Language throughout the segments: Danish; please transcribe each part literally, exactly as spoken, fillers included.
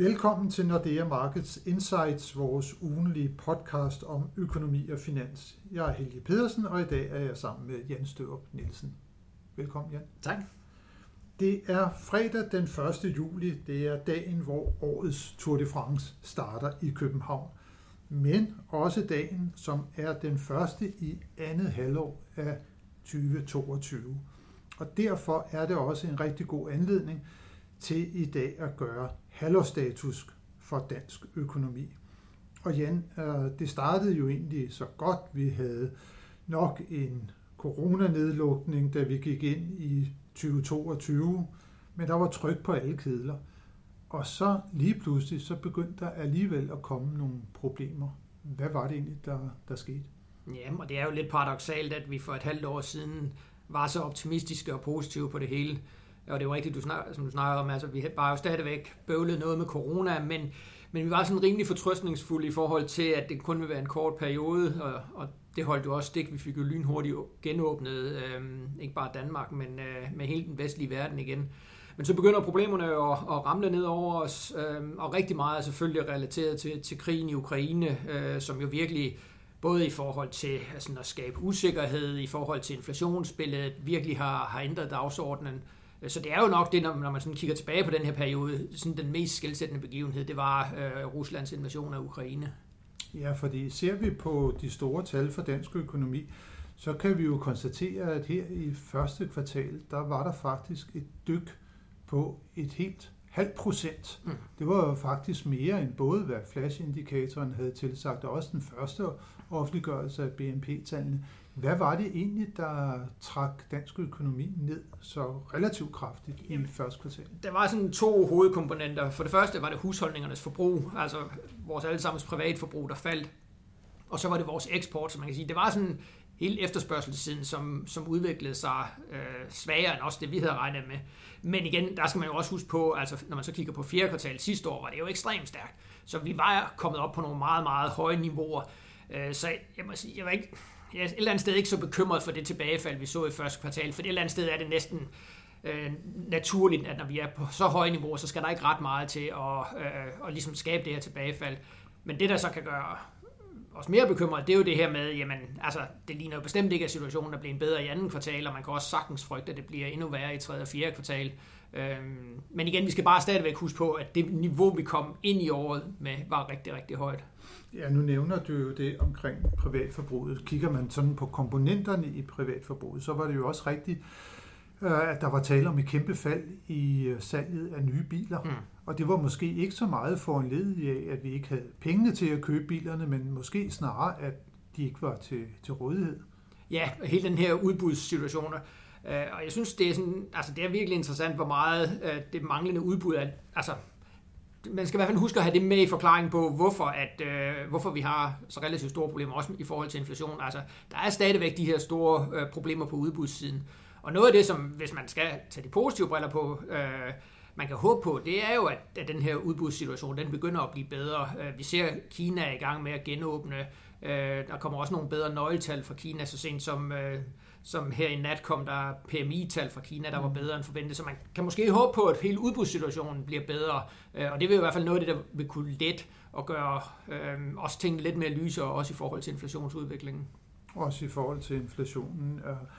Velkommen til Nordea Markets Insights, vores ugentlige podcast om økonomi og finans. Jeg er Helge Pedersen, og i dag er jeg sammen med Jan Størup Nielsen. Velkommen, Jan. Tak. Det er fredag den første juli. Det er dagen, hvor årets Tour de France starter i København. Men også dagen, som er den første i andet halvår af tyve toogtyve. Og derfor er det også en rigtig god anledning til i dag at gøre halvårsstatus for dansk økonomi. Og Jan, det startede jo egentlig så godt. Vi havde nok en coronanedlukning, da vi gik ind i tyve toogtyve, men der var tryk på alle kedler. Og så lige pludselig, så begyndte der alligevel at komme nogle problemer. Hvad var det egentlig, der, der skete? Ja, og det er jo lidt paradoksalt, at vi for et halvt år siden var så optimistiske og positive på det hele. Og det er jo rigtigt, du snakker, som du snakker om, altså vi var jo stadigvæk bøvlet noget med corona, men, men vi var sådan rimelig fortrøstningsfulde i forhold til, at det kun ville være en kort periode, og, og det holdt jo også stik. Vi fik jo lynhurtigt genåbnet, øh, ikke bare Danmark, men øh, med hele den vestlige verden igen. Men så begynder problemerne at, at ramle ned over os, øh, og rigtig meget er selvfølgelig relateret til, til krigen i Ukraine, øh, som jo virkelig, både i forhold til altså, at skabe usikkerhed, i forhold til inflationsbilledet, virkelig har, har ændret dagsordenen. Så det er jo nok det, når man sådan kigger tilbage på den her periode, sådan den mest skelsættende begivenhed, det var øh, Ruslands invasion af Ukraine. Ja, fordi ser vi på de store tal for dansk økonomi, så kan vi jo konstatere, at her i første kvartal, der var der faktisk et dyk på et helt halvt procent. Mm. Det var jo faktisk mere end både, hvad flash-indikatoren havde tilsagt, og også den første offentliggørelse af B N P-tallene. Hvad var det egentlig, der trak dansk økonomi ned så relativt kraftigt i Jamen, første kvartal? Der var sådan to hovedkomponenter. For det første var det husholdningernes forbrug, altså vores allesammens privatforbrug, der faldt. Og så var det vores eksport, som man kan sige. Det var sådan hele efterspørgselssiden, som, som udviklede sig øh, svagere end også det, vi havde regnet med. Men igen, der skal man jo også huske på, altså når man så kigger på fjerde kvartal sidste år, var det jo ekstremt stærkt. Så vi var kommet op på nogle meget, meget høje niveauer. Øh, så jeg må sige, jeg var ikke... Jeg er et eller andet sted ikke så bekymret for det tilbagefald, vi så i første kvartal, for et eller andet sted er det næsten øh, naturligt, at når vi er på så høje niveauer, så skal der ikke ret meget til at, øh, at ligesom skabe det her tilbagefald. Men det, der så kan gøre os mere bekymret, det er jo det her med, jamen, altså, det ligner jo bestemt ikke, at situationen er blevet bedre i anden kvartal, og man kan også sagtens frygte, at det bliver endnu værre i tredje og fjerde kvartal. Øhm, men igen, vi skal bare stadigvæk huske på, at det niveau, vi kom ind i året med, var rigtig, rigtig højt. Ja, nu nævner du jo det omkring privatforbruget. Kigger man sådan på komponenterne i privatforbruget, så var det jo også rigtigt, at der var tale om et kæmpe fald i salget af nye biler. Mm. Og det var måske ikke så meget foranledet af, at vi ikke havde pengene til at købe bilerne, men måske snarere, at de ikke var til, til rådighed. Ja, hele den her udbudssituation. Og jeg synes, det er, sådan, altså det er virkelig interessant, hvor meget det manglende udbud er. Altså, man skal i hvert fald huske at have det med i forklaringen på, hvorfor, at, øh, hvorfor vi har så relativt store problemer, også i forhold til inflation. Altså, der er stadigvæk de her store øh, problemer på udbudssiden. Og noget af det, som hvis man skal tage de positive briller på, øh, man kan håbe på, det er jo, at, at den her udbudssituation, den begynder at blive bedre. Øh, vi ser, at Kina er i gang med at genåbne. Øh, der kommer også nogle bedre nøgletal fra Kina, så sent som... Øh, som her i nat kom der P M I-tal fra Kina, der var bedre end forventet. Så man kan måske håbe på, at hele udbudssituationen bliver bedre. Og det vil i hvert fald noget af det, der vil kunne let og gøre øh, også tingene lidt mere lyse, også i forhold til inflationsudviklingen. Også i forhold til inflationen.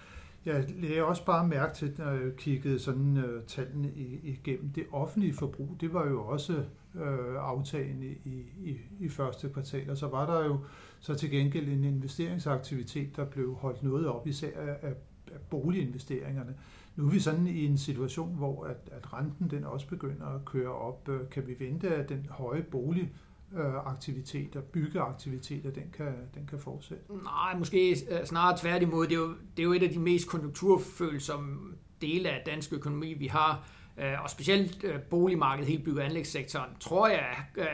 Jeg lagde også bare mærke til, når jeg kiggede sådan uh, tallene igennem. Det offentlige forbrug, det var jo også uh, aftagende i, i, i første kvartal. Og så var der jo så til gengæld en investeringsaktivitet, der blev holdt noget op, især af, af boliginvesteringerne. Nu er vi sådan i en situation, hvor at, at renten den også begynder at køre op. Kan vi vente, at den høje bolig aktiviteter, byggeaktiviteter, den kan, den kan fortsætte? Nej, måske snarere tværtimod. Det er, jo, det er jo et af de mest konjunkturfølsomme dele af dansk økonomi, vi har. Og specielt boligmarkedet, hele bygge- og anlægssektoren, tror jeg,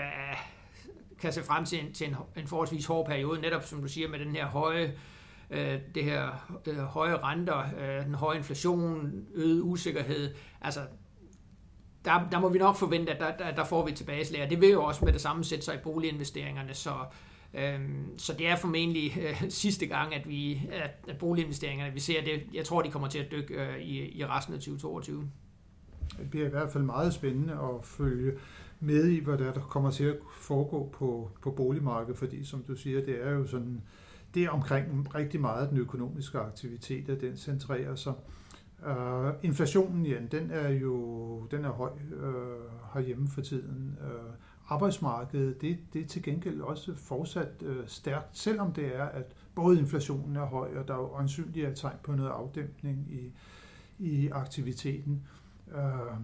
kan se frem til en, til en, en forholdsvis hård periode, netop som du siger, med den her høje, det her det her høje renter, den høje inflation, øget usikkerhed. Altså, Der, der må vi nok forvente, at der, der, der får vi tilbageslag, og det vil jo også med det samme sætte sig i boliginvesteringerne, så, øhm, så det er formentlig øh, sidste gang, at, vi, at, at boliginvesteringerne, vi ser det, jeg tror, de kommer til at dykke øh, i, i resten af tyve toogtyve. Det bliver i hvert fald meget spændende at følge med i, hvad der, der kommer til at foregå på, på boligmarkedet, fordi som du siger, det er jo sådan, det er omkring rigtig meget af den økonomiske aktivitet, at den centrerer sig. Uh, inflationen, ja, den er jo den er høj uh, herhjemme for tiden. Uh, arbejdsmarkedet, det, det er til gengæld også fortsat uh, stærkt, selvom det er, at både inflationen er høj, og der er jo øjensynligt tegn på noget afdæmpning i, i aktiviteten. Uh,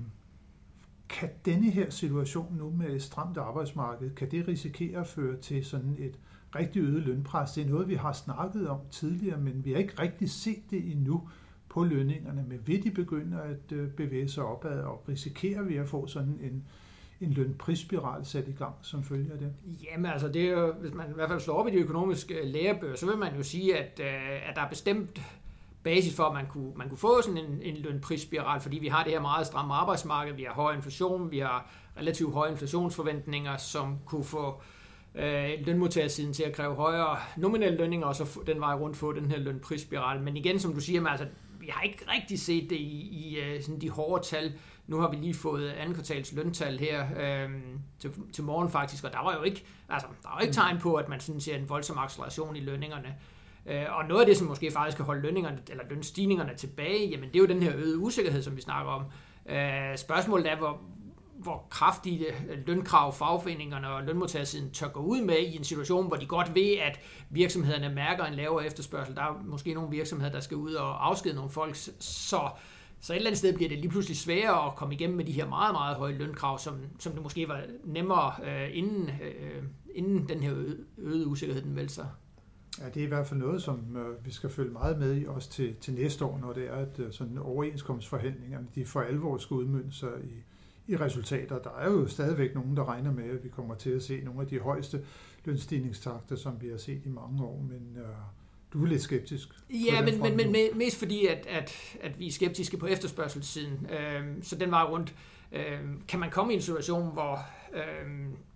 kan denne her situation nu med et stramt arbejdsmarked, kan det risikere at føre til sådan et rigtig øget lønpres? Det er noget, vi har snakket om tidligere, men vi har ikke rigtig set det endnu på lønningerne, men vil de begynde at bevæge sig opad, og risikerer vi at få sådan en, en lønprisspiral sat i gang som følge af det? Jamen altså, det er jo, hvis man i hvert fald slår op i de økonomiske lærebøger, så vil man jo sige, at, at der er bestemt basis for, at man kunne, man kunne få sådan en, en lønprisspiral, fordi vi har det her meget stramme arbejdsmarked, vi har høj inflation, vi har relativt høje inflationsforventninger, som kunne få øh, lønmodtagersiden til at kræve højere nominelle lønninger, og så den vej rundt få den her lønprisspiral. Men igen, som du siger, altså, vi har ikke rigtig set det i, i sådan de hårde tal. Nu har vi lige fået anden kvartals løntal her øh, til, til morgen faktisk, og der var jo ikke, altså, der var ikke tegn på, at man sådan ser en voldsom acceleration i lønningerne. Og noget af det, som måske faktisk kan holde lønningerne, eller lønstigningerne tilbage, jamen det er jo den her øgede usikkerhed, som vi snakker om. Spørgsmålet er, hvor, hvor kraftige lønkrav fagforeningerne og lønmodtagersiden tør gå ud med i en situation, hvor de godt ved, at virksomhederne mærker en lavere efterspørgsel. Der er måske nogle virksomheder, der skal ud og afskede nogle folk, så, så et eller andet sted bliver det lige pludselig sværere at komme igennem med de her meget, meget høje lønkrav, som, som det måske var nemmere øh, inden, øh, inden den her øgede usikkerhed, den meldte sig. Ja, det er i hvert fald noget, som øh, vi skal følge meget med i, også til, til næste år, når det er, at øh, sådan overenskomstforhandlingerne, de for alvor skal udmønte sig i, i resultater. Der er jo stadigvæk nogen, der regner med, at vi kommer til at se nogle af de højeste lønstigningstakter, som vi har set i mange år, men øh, du er lidt skeptisk. Ja, men, men, men mest fordi, at, at, at vi er skeptiske på efterspørgselssiden. Øh, så den vej rundt. Øh, kan man komme i en situation, hvor, øh,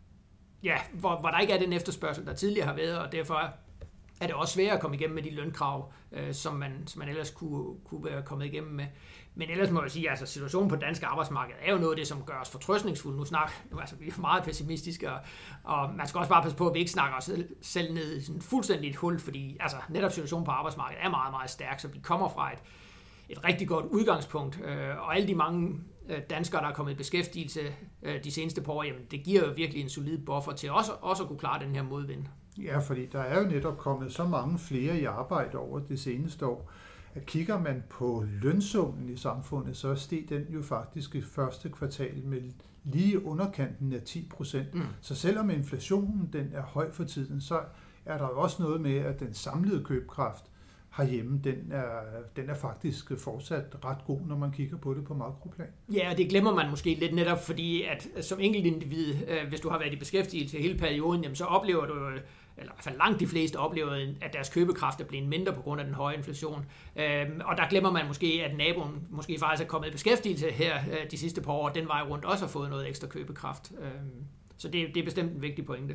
ja, hvor, hvor der ikke er den efterspørgsel, der tidligere har været, og derfor er det også sværere at komme igennem med de lønkrav, øh, som, man, som man ellers kunne, kunne være kommet igennem med. Men ellers må jeg sige, at altså, situationen på det danske arbejdsmarked er jo noget af det, som gør os fortrøstningsfulde. Nu snakker nu, altså, vi er meget pessimistiske, og, og man skal også bare passe på, at vi ikke snakker os selv ned i sådan fuldstændig et hul, fordi altså, netop situationen på arbejdsmarkedet er meget, meget stærk, så vi kommer fra et, et rigtig godt udgangspunkt, øh, og alle de mange øh, danskere, der er kommet i beskæftigelse øh, de seneste par år, jamen, det giver jo virkelig en solid buffer til også, også at kunne klare den her modvind. Ja, fordi der er jo netop kommet så mange flere i arbejde over det seneste år, at kigger man på lønsummen i samfundet, så steg den jo faktisk i første kvartal med lige underkanten af ti procent. Mm. Så selvom inflationen den er høj for tiden, så er der jo også noget med, at den samlede købekraft herhjemme, den er, den er faktisk fortsat ret god, når man kigger på det på makroplan. Ja, og det glemmer man måske lidt netop, fordi at som enkelt individ, hvis du har været i beskæftigelse hele perioden, jamen, så oplever du, eller i hvert fald langt de fleste oplever, at deres købekraft er blevet mindre på grund af den høje inflation. Og der glemmer man måske, at naboen måske faktisk er kommet i beskæftigelse her de sidste par år, og den vej rundt også har fået noget ekstra købekraft. Så det, det er bestemt en vigtig pointe.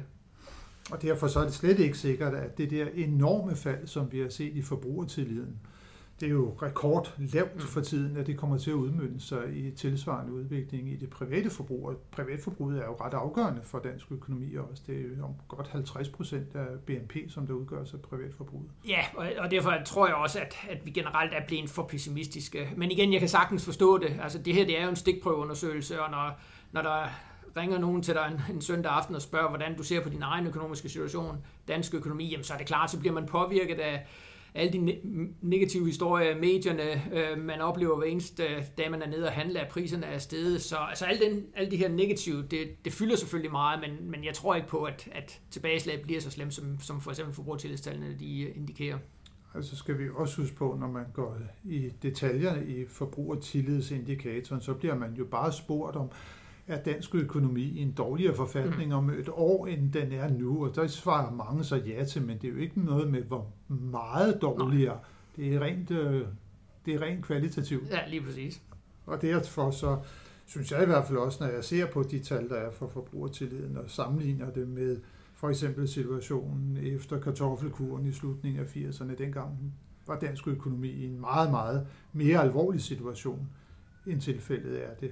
Og derfor så er det slet ikke sikkert, at det der enorme fald, som vi har set i forbrugertilliden, det er jo rekordlavt for tiden, at det kommer til at udmønte sig i tilsvarende udvikling i det private forbrug. Privatforbruget er jo ret afgørende for dansk økonomi også. Det er jo om godt halvtreds procent af B N P, som der udgør sig privatforbruget. Ja, og derfor tror jeg også, at, at vi generelt er blevet for pessimistiske. Men igen, jeg kan sagtens forstå det. Altså det her, det er jo en stikprøveundersøgelse, og når, når der ringer nogen til dig en, en søndag aften og spørger, hvordan du ser på din egen økonomiske situation, dansk økonomi, jamen så er det klart, så bliver man påvirket af alle de ne- negative historier i medierne, øh, man oplever hver eneste dag, man er nede og handler, at priserne er steget. Så altså, alle, den, alle de her negative, det, det fylder selvfølgelig meget, men, men jeg tror ikke på, at, at tilbageslag bliver så slemt, som, som for eksempel forbrugertillidstallene de indikerer. Altså skal vi også huske på, når man går i detaljerne i forbrugertillidsindikatoren, så bliver man jo bare spurgt om, er dansk økonomi i en dårligere forfatning om et år, end den er nu? Og der svarer mange så ja til, men det er jo ikke noget med, hvor meget dårligere. Det er rent, det er rent kvalitativt. Ja, lige præcis. Og derfor så synes jeg i hvert fald også, når jeg ser på de tal, der er for forbrugertilliden, og sammenligner det med for eksempel situationen efter kartoffelkuren i slutningen af firserne, dengang var dansk økonomi i en meget, meget mere alvorlig situation, end tilfældet er det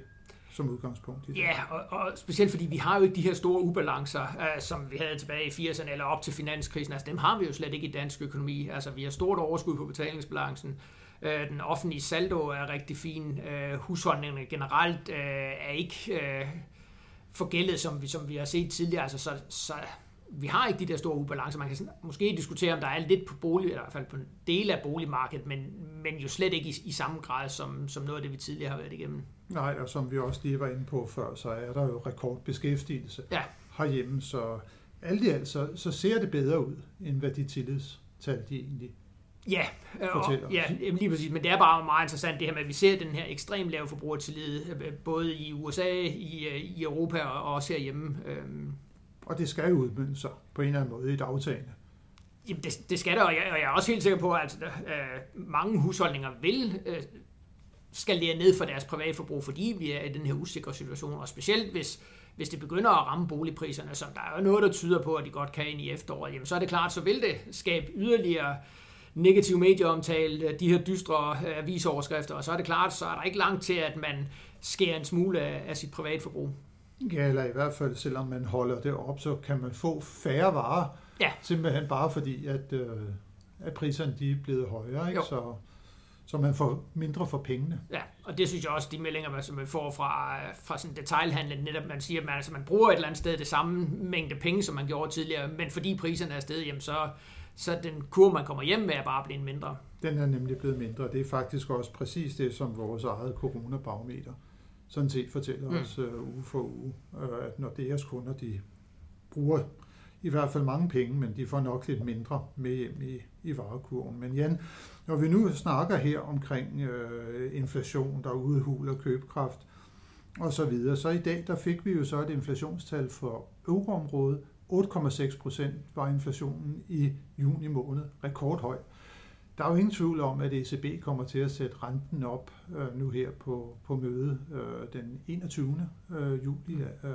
som udgangspunkt. I det. Ja, og, og specielt fordi vi har jo ikke de her store ubalancer, øh, som vi havde tilbage i firserne eller op til finanskrisen. Altså dem har vi jo slet ikke i dansk økonomi. Altså vi har stort overskud på betalingsbalancen. Øh, den offentlige saldo er rigtig fin. Øh, husholdningerne generelt øh, er ikke øh, forgældet, som vi, som vi har set tidligere. Altså så, så vi har ikke de der store ubalancer. Man kan sådan, måske diskutere, om der er lidt på bolig, eller i hvert fald på en del af boligmarkedet, men, men jo slet ikke i, i samme grad, som, som noget af det, vi tidligere har været igennem. Nej, og som vi også lige var inde på før, så er der jo rekordbeskæftigelse ja. herhjemme, så alt i alt, så, så ser det bedre ud, end hvad de tillidstal, de egentlig ja, fortæller. Og, ja, lige præcis, men det er bare meget interessant det her med, at vi ser den her ekstremt lave forbrugertillid, både i U S A, i, i Europa og også herhjemme. Og det skal jo udmønte sig på en eller anden måde i et aftagende. Jamen det, det skal der, og jeg, og jeg er også helt sikker på, at øh, mange husholdninger vil øh, skalere ned for deres privatforbrug, fordi vi er i den her usikre situation, og specielt hvis, hvis det begynder at ramme boligpriserne, som der er jo noget, der tyder på, at de godt kan ind i efteråret, jamen så er det klart, så vil det skabe yderligere negativ medieomtale, de her dystre øh, avisoverskrifter, og så er det klart, så er der ikke langt til, at man skærer en smule af, af sit privatforbrug. Ja, eller i hvert fald, selvom man holder det op, så kan man få færre varer, ja. Simpelthen bare fordi, at, øh, at priserne de er blevet højere, ikke? Så, så man får mindre for pengene. Ja, og det synes jeg også, de meldinger, som man får fra, fra sådan detailhandlen, netop man siger, at man, altså, man bruger et eller andet sted det samme mængde penge, som man gjorde tidligere, men fordi priserne er steget, jamen så, så den kurve, man kommer hjem med, er bare blevet mindre. Den er nemlig blevet mindre, det er faktisk også præcis det, som vores eget coronabarometer sådan set fortæller mm. os uh, uge for uge, uh, at når deres kunder, de bruger i hvert fald mange penge, men de får nok lidt mindre med hjem i, i varekurven. Men Jan, når vi nu snakker her omkring uh, inflation, der udhuler købekraft og så videre, så i dag, der fik vi jo så et inflationstal for euroområdet. otte komma seks procent var inflationen i juni måned, rekordhøj. Der er jo ingen tvivl om, at E C B kommer til at sætte renten op øh, nu her på, på mødet øh, den enogtyvende juli. Øh,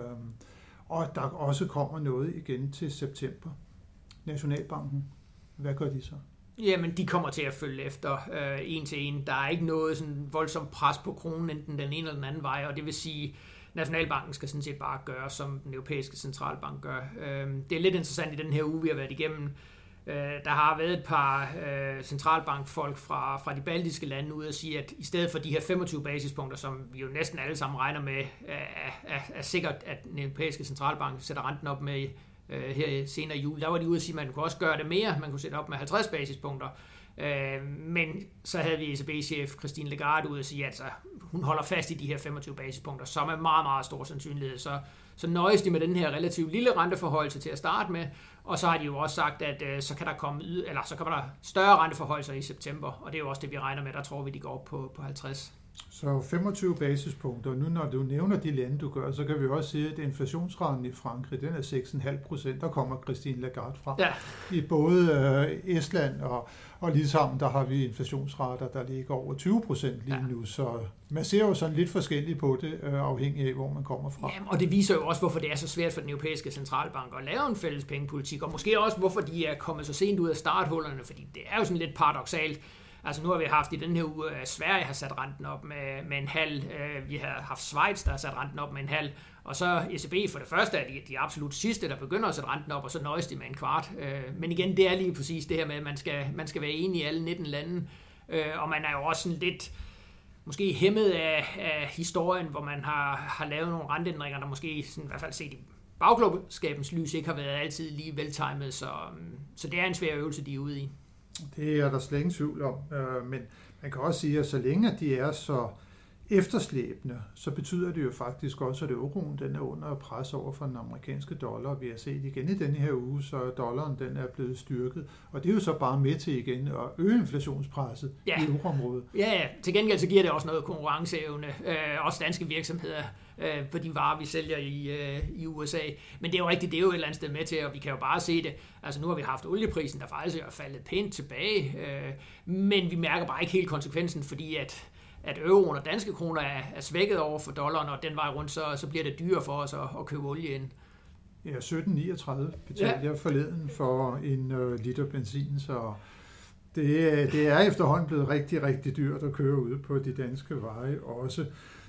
og der også kommer noget igen til september. Nationalbanken, hvad gør de så? Jamen, de kommer til at følge efter øh, en til en. Der er ikke noget sådan voldsomt pres på kronen, enten den ene eller den anden vej, og det vil sige, Nationalbanken skal sådan set bare gøre, som den europæiske centralbank gør. Øh, det er lidt interessant i den her uge, vi har været igennem. Der har været et par øh, centralbankfolk fra, fra de baltiske lande ude at sige, at i stedet for de her femogtyve basispunkter, som vi jo næsten alle sammen regner med, er, er, er sikkert, at den europæiske centralbank sætter renten op med øh, her senere i juli, der var de ude at sige, at man kunne også gøre det mere, man kunne sætte op med halvtreds basispunkter. Øh, men så havde vi E C B-chef Christine Lagarde ude at sige, at altså, hun holder fast i de her femogtyve basispunkter, som er meget, meget stor sandsynlighed. Så, så nøjes de med den her relativt lille renteforhøjelse til at starte med, og så har de jo også sagt, at øh, så kan der komme eller så kommer der større renteforhøjelser i september, og det er jo også det, vi regner med. Der tror vi, de går op på, på halvtreds. Så femogtyve basispunkter. Nu når du nævner de lande, du gør, så kan vi også sige, at inflationsraten i Frankrig, den er seks komma fem procent. Der kommer Christine Lagarde fra. Ja. I både øh, Estland og, og lige sammen, der har vi inflationsrater, der ligger over tyve procent lige ja. nu. Så man ser jo sådan lidt forskelligt på det, øh, afhængig af, hvor man kommer fra. Jamen, og det viser jo også, hvorfor det er så svært for den europæiske centralbank at lave en fælles pengepolitik, og måske også, hvorfor de er kommet så sent ud af starthullerne, fordi det er jo sådan lidt paradoksalt. Altså nu har vi haft i den her uge, at Sverige har sat renten op med, med en halv, vi har haft Schweiz, der har sat renten op med en halv, og så E C B for det første er de, de absolut sidste, der begynder at sætte renten op, og så nøjes de med en kvart. Men igen, det er lige præcis det her med, at man skal, man skal være enig i alle nitten lande, og man er jo også sådan lidt måske hæmmet af, af historien, hvor man har, har lavet nogle renteændringer, der måske sådan, i hvert fald set i bagklogskabens lys ikke har været altid lige veltimet, så, så det er en svær øvelse, de er ude i. Det er der slet ingen tvivl om, men man kan også sige, at så længe de er så efterslæbende, så betyder det jo faktisk også, at euroen den er under pres over for den amerikanske dollar. Vi har set igen i denne her uge, så dollaren den er blevet styrket, og det er jo så bare med til igen at øge inflationspresset ja. i euroområdet. Ja, ja, til gengæld så giver det også noget konkurrenceevne, øh, også danske virksomheder, øh, på de varer, vi sælger i, øh, i U S A. Men det er jo rigtigt, det er jo et eller andet sted med til, og vi kan jo bare se det. Altså nu har vi haft olieprisen, der faktisk er faldet pænt tilbage, øh, men vi mærker bare ikke helt konsekvensen, fordi at at euroen og danske kroner er, er svækket over for dollaren, og den vej rundt, så, så bliver det dyrere for os at, at købe olie ind. Ja, sytten niogtredive betalte ja. jeg forleden for en øh, liter benzin, så det, det er efterhånden blevet rigtig, rigtig dyrt at køre ud på de danske veje også.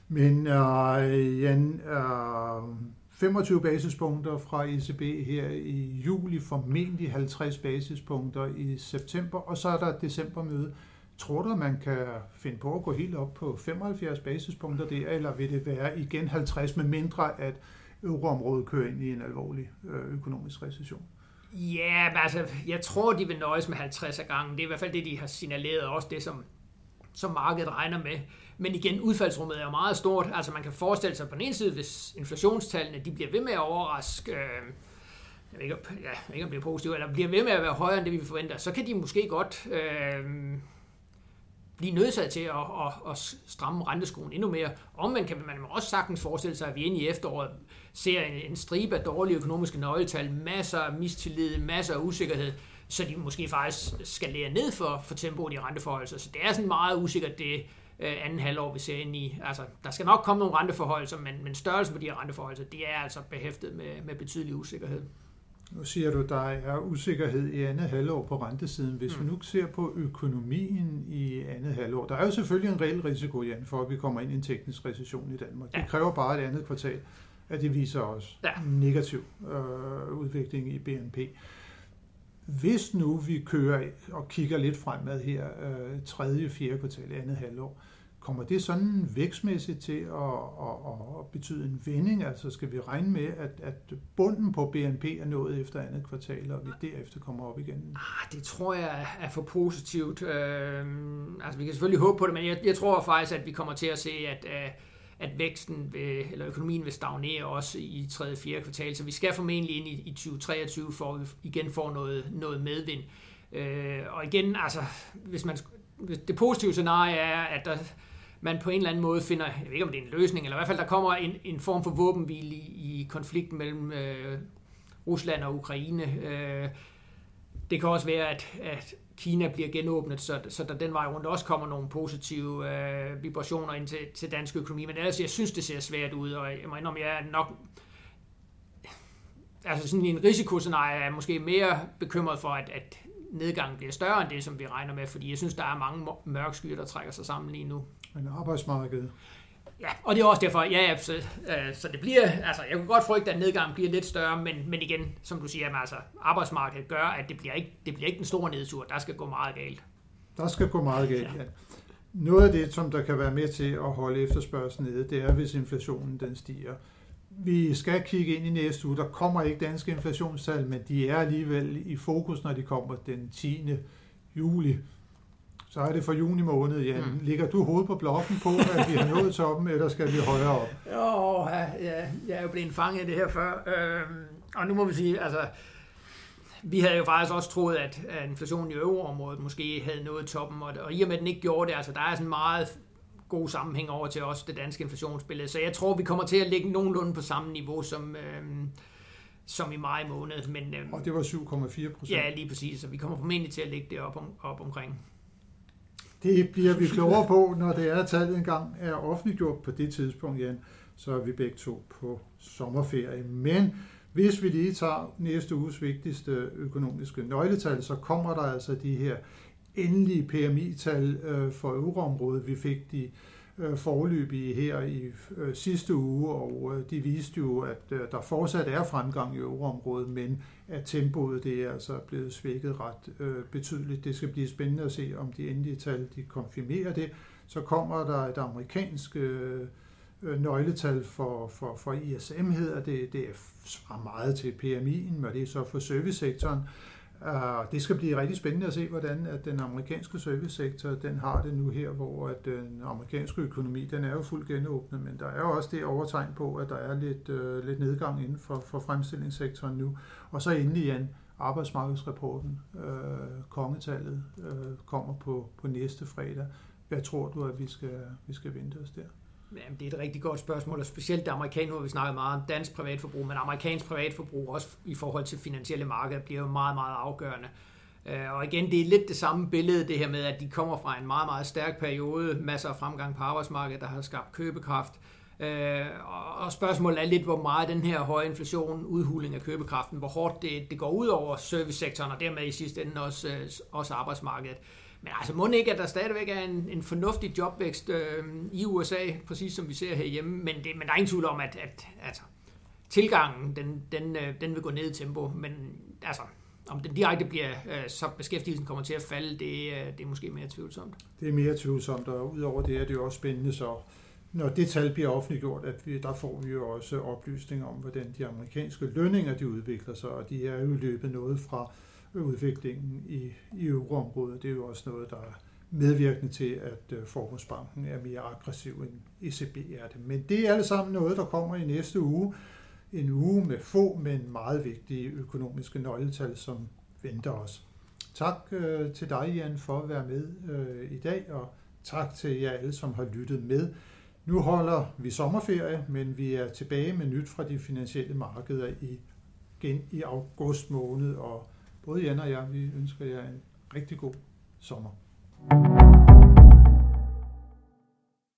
Men øh, Jan, øh, femogtyve basispunkter fra E C B her i juli, formentlig halvtreds basispunkter i september, og så er der et decembermøde. Tror du, man kan finde på at gå helt op på femoghalvfjerds basispunkter der, eller vil det være igen halvtreds, med mindre at euroområdet kører ind i en alvorlig økonomisk recession? Ja, men altså, jeg tror, de vil nøjes med halvtreds af gangen. Det er i hvert fald det, de har signaleret, også det, som, som markedet regner med. Men igen, udfaldsrummet er jo meget stort. Altså, man kan forestille sig på den ene side, hvis inflationstallene de bliver ved med at overraske, øh, jeg ved ikke, ja, jeg ved ikke om det er positivt, eller bliver ved med at være højere end det, vi forventer, så kan de måske godt øh, blive nødsaget til at, at, at stramme renteskruen endnu mere. Omvendt kan man også sagtens forestille sig, at vi inde i efteråret ser en, en stribe af dårlige økonomiske nøgletal, masser af mistillid, masser af usikkerhed, så de måske faktisk skal lære ned for, for tempoet i renteforholdelser. Så det er sådan meget usikkert, det øh, anden halvår, vi ser ind i. Altså, der skal nok komme nogle renteforholdelser, men, men størrelsen på de her renteforholdelser, det er altså behæftet med, med betydelig usikkerhed. Nu siger du, der er usikkerhed i andet halvår på rentesiden. Hvis mm. vi nu ser på økonomien i andet halvår, der er jo selvfølgelig en reel risiko, Jan, for at vi kommer ind i en teknisk recession i Danmark. Ja. Det kræver bare et andet kvartal, at det viser os ja. negativ øh, udvikling i B N P. Hvis nu vi kører og kigger lidt fremad her, øh, tredje, fjerde kvartal, andet halvår, kommer det sådan vækstmæssigt til at, at, at betyde en vending? Altså skal vi regne med, at, at bunden på B N P er nået efter andet kvartal, og vi derefter kommer op igen? Ah, det tror jeg er for positivt. Øh, altså vi kan selvfølgelig håbe på det, men jeg, jeg tror faktisk, at vi kommer til at se, at, at væksten vil, eller økonomien vil stagnere også i tredje, fjerde kvartal, så vi skal formentlig ind i, i tyve treogtyve, for at vi igen får noget, noget medvind. Øh, og igen, altså hvis man, hvis det positive scenarie er, at der man på en eller anden måde finder, jeg ved ikke om det er en løsning, eller i hvert fald der kommer en, en form for våbenhvile i, i konflikten mellem øh, Rusland og Ukraine. Øh, det kan også være, at, at Kina bliver genåbnet, så, så der den vej rundt også kommer nogle positive øh, vibrationer ind til, til dansk økonomi. Men ellers, jeg synes, det ser svært ud, og jeg må indrømme, jeg er nok altså sådan en risikoscenarie er måske mere bekymret for, at, at nedgangen bliver større end det, som vi regner med, fordi jeg synes, der er mange mørke skyer, der trækker sig sammen lige nu. Men arbejdsmarkedet? Ja, og det er også derfor, ja, ja så, øh, så det bliver, altså jeg kunne godt frygte, at nedgangen bliver lidt større, men, men igen, som du siger, altså arbejdsmarkedet gør, at det bliver ikke, det bliver ikke den store nedtur, der skal gå meget galt. Der skal gå meget galt, ja. Noget af det, som der kan være med til at holde efterspørgselen nede, det er, hvis inflationen den stiger. Vi skal kigge ind i næste uge. Der kommer ikke danske inflationstal, men de er alligevel i fokus, når de kommer den tiende juli. Så er det for juni måned, Jan. Mm. Ligger du hovedet på blokken på, at vi har nået toppen, eller skal vi højere op? Jo, ja, jeg er jo blevet fanget i det her før. Øhm, og nu må vi sige, altså, vi havde jo faktisk også troet, at, at inflationen i euroområdet måske havde nået toppen, og, og i og med, at den ikke gjorde det, altså der er sådan meget god sammenhæng over til også det danske inflationsbillede. Så jeg tror, vi kommer til at ligge nogenlunde på samme niveau som, øhm, som i maj måned. Men, øhm, og det var syv komma fire procent? Ja, lige præcis. Så vi kommer formentlig til at ligge det op, om, op omkring. Det bliver vi klogere på, når det er, at tallet engang er offentliggjort på det tidspunkt, Jan. Så er vi begge to på sommerferie. Men hvis vi lige tager næste uges vigtigste økonomiske nøgletal, så kommer der altså de her endelige P M I-tal øh, for euroområdet. Vi fik de øh, foreløbige her i øh, sidste uge, og øh, de viste jo, at øh, der fortsat er fremgang i euroområdet, men at tempoet det er altså blevet svækket ret øh, betydeligt. Det skal blive spændende at se, om de endelige tal de konfirmerer det. Så kommer der et amerikansk øh, nøgletal for, for, for I S M, hedder det. Det er meget til P M I'en, men det er så for servicesektoren. Uh, det skal blive rigtig spændende at se, hvordan at den amerikanske servicesektor den har det nu her, hvor at den amerikanske økonomi den er jo fuldt genåbnet, men der er jo også det overtegn på, at der er lidt, uh, lidt nedgang inden for, for fremstillingssektoren nu. Og så endelig igen arbejdsmarkedsrapporten, uh, kongetallet, uh, kommer på, på næste fredag. Hvad tror du, at vi skal, vi skal vente os der? Jamen, det er et rigtig godt spørgsmål, og specielt det amerikanske, hvor vi snakker meget om dansk privatforbrug, men amerikansk privatforbrug også i forhold til finansielle markeder bliver jo meget, meget afgørende. Og igen, det er lidt det samme billede, det her med, at de kommer fra en meget, meget stærk periode, masser af fremgang på arbejdsmarkedet, der har skabt købekraft. Og spørgsmålet er lidt, hvor meget den her høje inflation, udhuling af købekraften, hvor hårdt det, det går ud over servicesektoren, og dermed i sidste ende også, også arbejdsmarkedet. Men altså, må ikke, at der stadigvæk er en, en fornuftig jobvækst øh, i U S A, præcis som vi ser herhjemme, men, det, men der er ingen tvivl om, at, at altså, tilgangen, den, den, øh, den vil gå ned i tempo, men altså, om den direkte bliver, øh, så beskæftigelsen kommer til at falde, det, øh, det er måske mere tvivlsomt. Det er mere tvivlsomt, og udover det er det jo også spændende, så når det tal bliver offentliggjort, at vi, der får vi jo også oplysninger om, hvordan de amerikanske lønninger de udvikler sig, og de er jo løbet noget fra udviklingen i, i euroområdet. Det er jo også noget, der er medvirkende til, at Forbundsbanken er mere aggressiv end E C B er det. Men det er alle sammen noget, der kommer i næste uge. En uge med få, men meget vigtige økonomiske nøgletal, som venter os. Tak øh, til dig, Jan, for at være med øh, i dag, og tak til jer alle, som har lyttet med. Nu holder vi sommerferie, men vi er tilbage med nyt fra de finansielle markeder igen i august måned, og både Jan og jeg, vi ønsker jer en rigtig god sommer.